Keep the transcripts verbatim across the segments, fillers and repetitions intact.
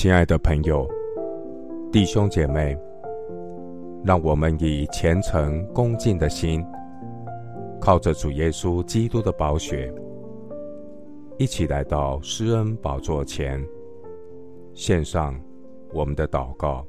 亲爱的朋友、弟兄姐妹，让我们以虔诚恭敬的心，靠着主耶稣基督的宝血，一起来到施恩宝座前，献上我们的祷告。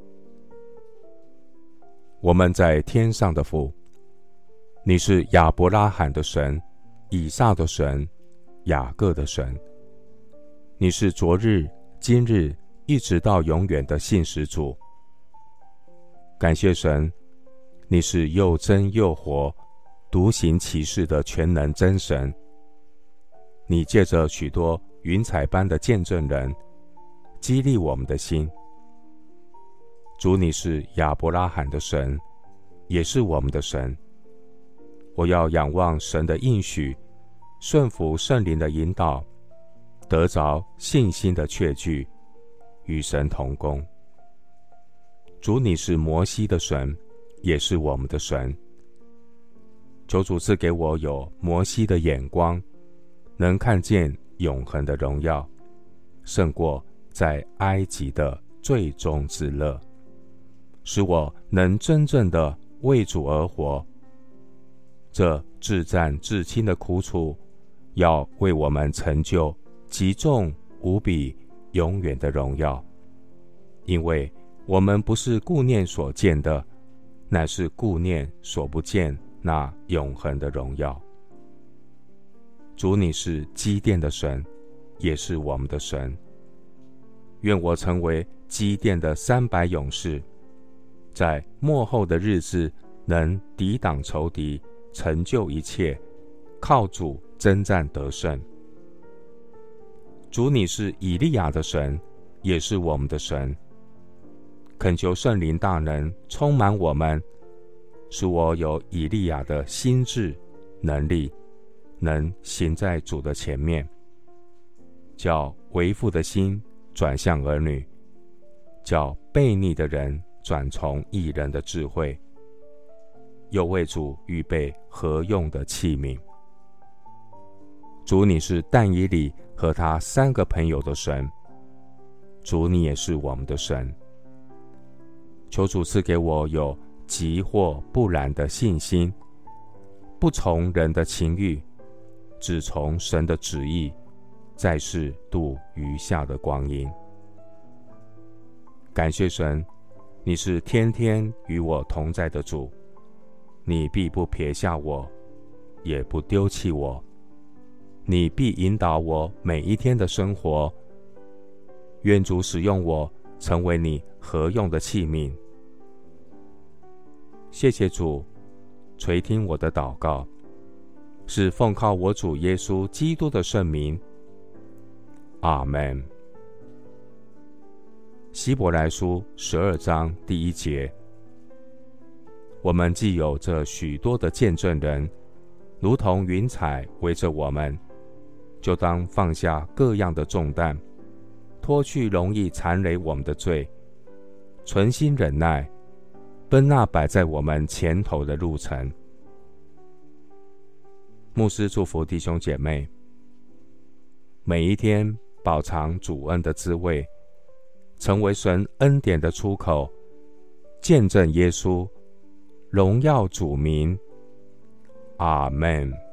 我们在天上的父，你是亚伯拉罕的神，以撒的神，雅各的神。你是昨日、今日一直到永远的信实主。感谢神，你是又真又活、独行其事的全能真神。你借着许多云彩般的见证人，激励我们的心。主，你是亚伯拉罕的神，也是我们的神。我要仰望神的应许，顺服圣灵的引导，得着信心的确据，与神同工。主，你是摩西的神，也是我们的神。求主赐给我有摩西的眼光，能看见永恒的荣耀，胜过在埃及的最终之乐，使我能真正的为主而活。这至战至轻的苦楚，要为我们成就极重无比永远的荣耀。因为我们不是顾念所见的，乃是顾念所不见那永恒的荣耀。主，你是基甸的神，也是我们的神。愿我成为基甸的三百勇士，在末后的日子能抵挡仇敌，成就一切，靠主征战得胜。主，你是以利亚的神，也是我们的神。恳求圣灵大能充满我们，使我有以利亚的心智能力，能行在主的前面，叫为父的心转向儿女，叫悖逆的人转从义人的智慧，又为主预备合用的器皿。主，你是但以理和他三个朋友的神。主，你也是我们的神。求主赐给我有急或不然的信心，不从人的情欲，只从神的旨意，在世度余下的光阴。感谢神，你是天天与我同在的主，你必不撇下我，也不丢弃我，你必引导我每一天的生活。愿主使用我，成为你合用的器皿。谢谢主垂听我的祷告，是奉靠我主耶稣基督的圣名。阿们。希伯来书十二章第一节，我们既有这许多的见证人，如同云彩围着我们，就当放下各样的重担，脱去容易缠累我们的罪，存心忍耐，奔那摆在我们前头的路程。牧师祝福弟兄姐妹，每一天饱尝主恩的滋味，成为神恩典的出口，见证耶稣，荣耀主名。阿们。